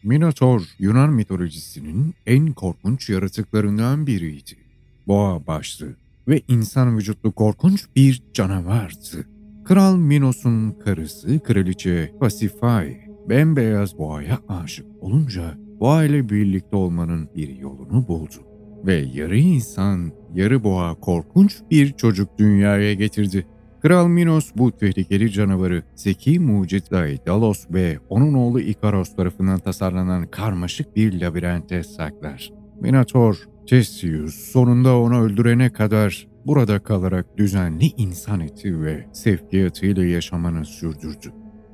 Minotor, Yunan mitolojisinin en korkunç yaratıklarından biriydi. Boğa başlı ve insan vücutlu korkunç bir canavardı. Kral Minos'un karısı Kraliçe Pasiphae, bembeyaz boğaya aşık olunca boğa ile birlikte olmanın bir yolunu buldu. Ve yarı insan, yarı boğa korkunç bir çocuk dünyaya getirdi. Kral Minos bu tehlikeli canavarı zeki mucit Daedalus ve onun oğlu Ikaros tarafından tasarlanan karmaşık bir labirente saklar. Minotaur, Theseus sonunda onu öldürene kadar burada kalarak düzenli insan eti ve sevkiyatıyla yaşamanı sürdürdü.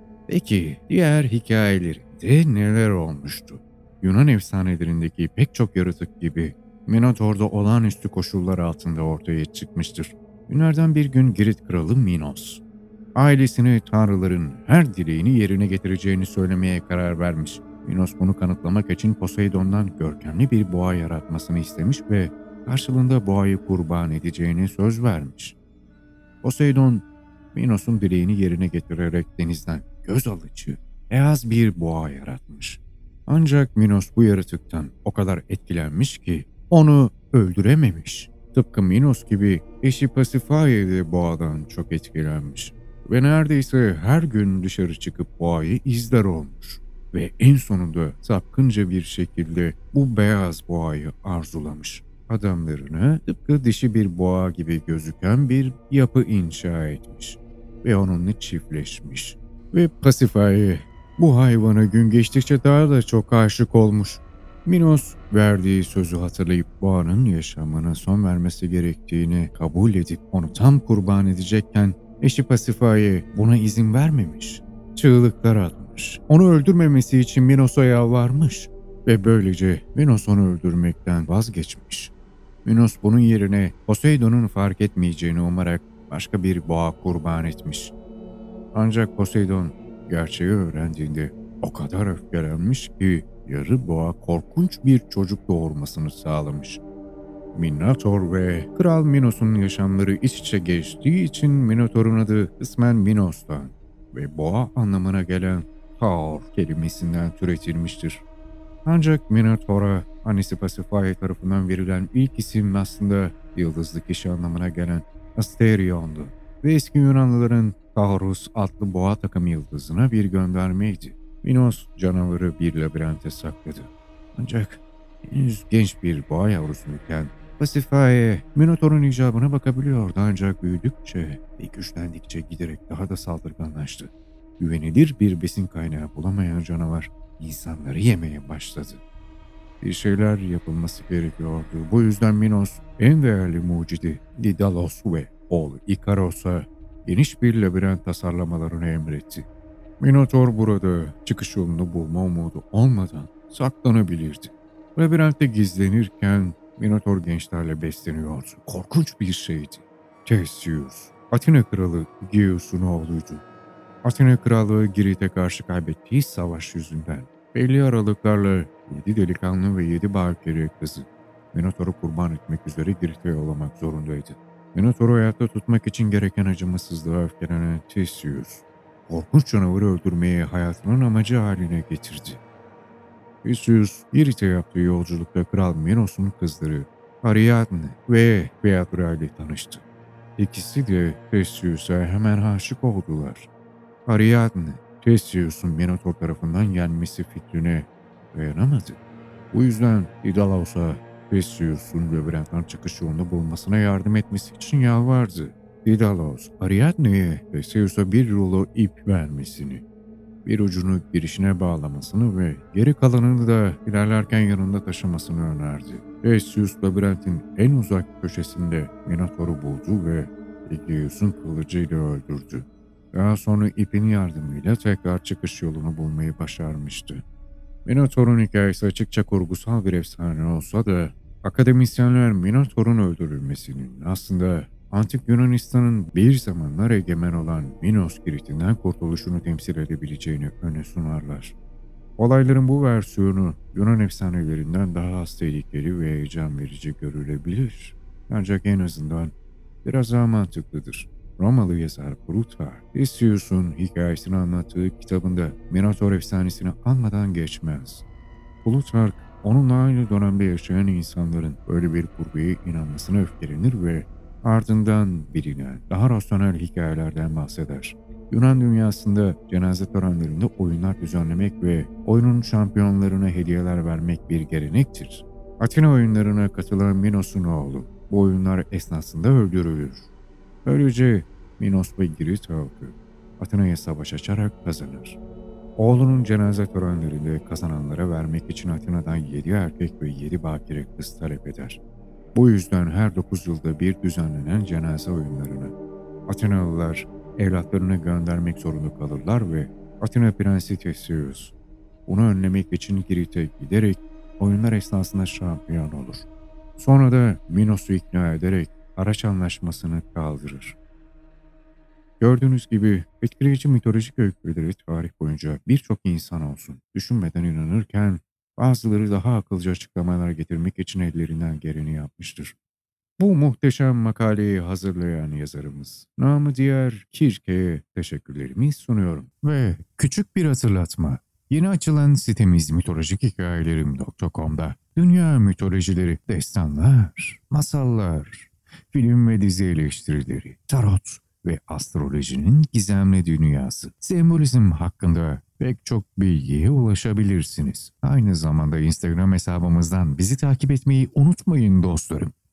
Peki diğer hikayelerinde neler olmuştu? Yunan efsanelerindeki pek çok yaratık gibi Minotaur da olağanüstü koşullar altında ortaya çıkmıştır. Günlerden bir gün Girit kralı Minos, ailesine tanrıların her dileğini yerine getireceğini söylemeye karar vermiş. Minos bunu kanıtlamak için Poseidon'dan görkemli bir boğa yaratmasını istemiş ve karşılığında boğayı kurban edeceğini söz vermiş. Poseidon, Minos'un dileğini yerine getirerek denizden göz alıcı, beyaz bir boğa yaratmış. Ancak Minos bu yaratıktan o kadar etkilenmiş ki onu öldürememiş. Tıpkı Minos gibi eşi Pasiphae de boğadan çok etkilenmiş. Ve neredeyse her gün dışarı çıkıp boğayı izler olmuş. Ve en sonunda sapkınca bir şekilde bu beyaz boğayı arzulamış. Adamlarına tıpkı dişi bir boğa gibi gözüken bir yapı inşa etmiş. Ve onunla çiftleşmiş. Ve Pasiphae bu hayvana gün geçtikçe daha da çok aşık olmuş. Minos verdiği sözü hatırlayıp boğanın yaşamına son vermesi gerektiğini kabul edip onu tam kurban edecekken eşi Pasiphae buna izin vermemiş. Çığlıklar atmış. Onu öldürmemesi için Minos'a yalvarmış ve böylece Minos onu öldürmekten vazgeçmiş. Minos bunun yerine Poseidon'un fark etmeyeceğini umarak başka bir boğa kurban etmiş. Ancak Poseidon gerçeği öğrendiğinde o kadar öfkelenmiş ki yarı boğa korkunç bir çocuk doğurmasını sağlamış. Minotaur ve Kral Minos'un yaşamları iç içe geçtiği için Minotaur'un adı kısmen Minos'tan ve boğa anlamına gelen Taur kelimesinden türetilmiştir. Ancak Minotaur'a annesi Pasiphae tarafından verilen ilk isim aslında yıldızlı kişi anlamına gelen Asterion'du ve eski Yunanlıların Taurus adlı boğa takım yıldızına bir göndermeydi. Minos canavarı bir labirente sakladı. Ancak henüz genç bir boğa yavrusuyken Pasiphae Minotaur'un icabına bakabiliyordu ancak büyüdükçe ve güçlendikçe giderek daha da saldırganlaştı. Güvenilir bir besin kaynağı bulamayan canavar insanları yemeye başladı. Bir şeyler yapılması gerekiyordu. Bu yüzden Minos en değerli mucidi Daedalus ve oğlu Ikaros'a geniş bir labirent tasarlamalarını emretti. Minotaur burada çıkış yolunu bulma umudu olmadan saklanabilirdi. Labirentte gizlenirken Minotaur gençlerle besleniyordu. Korkunç bir şeydi. Theseus, Atina kralı Geus'un oğluydu. Atina krallığı Girit'e karşı kaybettiği savaş yüzünden belli aralıklarla 7 delikanlı ve 7 bakire kızı Minotaur'u kurban etmek üzere Girit'e yollamak zorundaydı. Minotaur'u hayatta tutmak için gereken acımasızlığa öfkelenen Theseus, korkunç canavarı öldürmeyi hayatının amacı haline getirdi. Theseus, Girit'e yaptığı yolculukta Kral Minos'un kızları Ariadne ve Phaedra ile tanıştı. İkisi de Theseus'a hemen aşık oldular. Ariadne, Theseus'un Minotaur tarafından yenmesi fikrine dayanamadı. Bu yüzden Daedalus'a Theseus'un labirentten çıkış yolunu bulmasına yardım etmesi için yalvardı. Daedalus, Ariadne'ye Theseus'a bir rulo ip vermesini, bir ucunu girişine bağlamasını ve geri kalanını da ilerlerken yanında taşımasını önerdi. Theseus labirentin en uzak köşesinde Minotaur'u buldu ve Egeus'un kılıcıyla öldürdü. Daha sonra ipin yardımıyla tekrar çıkış yolunu bulmayı başarmıştı. Minotaur'un hikayesi açıkça kurgusal bir efsane olsa da akademisyenler Minotaur'un öldürülmesinin aslında Antik Yunanistan'ın bir zamanlar egemen olan Minos Girit'inden kurtuluşunu temsil edebileceğini öne sunarlar. Olayların bu versiyonu Yunan efsanelerinden daha az tehlikeli ve heyecan verici görülebilir. Ancak en azından biraz daha mantıklıdır. Romalı yazar Plutark, Theseus'un hikayesini anlattığı kitabında Minotaur efsanesini anmadan geçmez. Plutark, onunla aynı dönemde yaşayan insanların böyle bir kurguya inanmasına öfkelenir ve ardından bilinen, daha rasyonel hikayelerden bahseder. Yunan dünyasında cenaze törenlerinde oyunlar düzenlemek ve oyunun şampiyonlarına hediyeler vermek bir gelenektir. Atina oyunlarına katılan Minos'un oğlu bu oyunlar esnasında öldürülür. Böylece Minos ve Girit halkı Atina'ya savaş açarak kazanır. Oğlunun cenaze törenlerinde kazananlara vermek için Atina'dan 7 erkek ve 7 bakire kız talep eder. Bu yüzden her 9 yılda bir düzenlenen cenaze oyunlarını Atinalılar evlatlarını göndermek zorunda kalırlar ve Atina Prensi Theseus bunu önlemek için Girit'e giderek oyunlar esnasında şampiyon olur. Sonra da Minos'u ikna ederek araç anlaşmasını kaldırır. Gördüğünüz gibi etkileyici mitolojik öyküleri tarih boyunca birçok insan olsun düşünmeden inanırken bazıları daha akılcı açıklamalar getirmek için ellerinden geleni yapmıştır. Bu muhteşem makaleyi hazırlayan yazarımız, namı diğer Kirke'ye teşekkürlerimi sunuyorum. Ve küçük bir hatırlatma. Yeni açılan sitemiz mitolojikihayelerim.com'da dünya mitolojileri, destanlar, masallar, film ve dizi eleştirileri, tarot ve astrolojinin gizemli dünyası, sembolizm hakkında pek çok bilgiye ulaşabilirsiniz. Aynı zamanda Instagram hesabımızdan bizi takip etmeyi unutmayın dostlarım.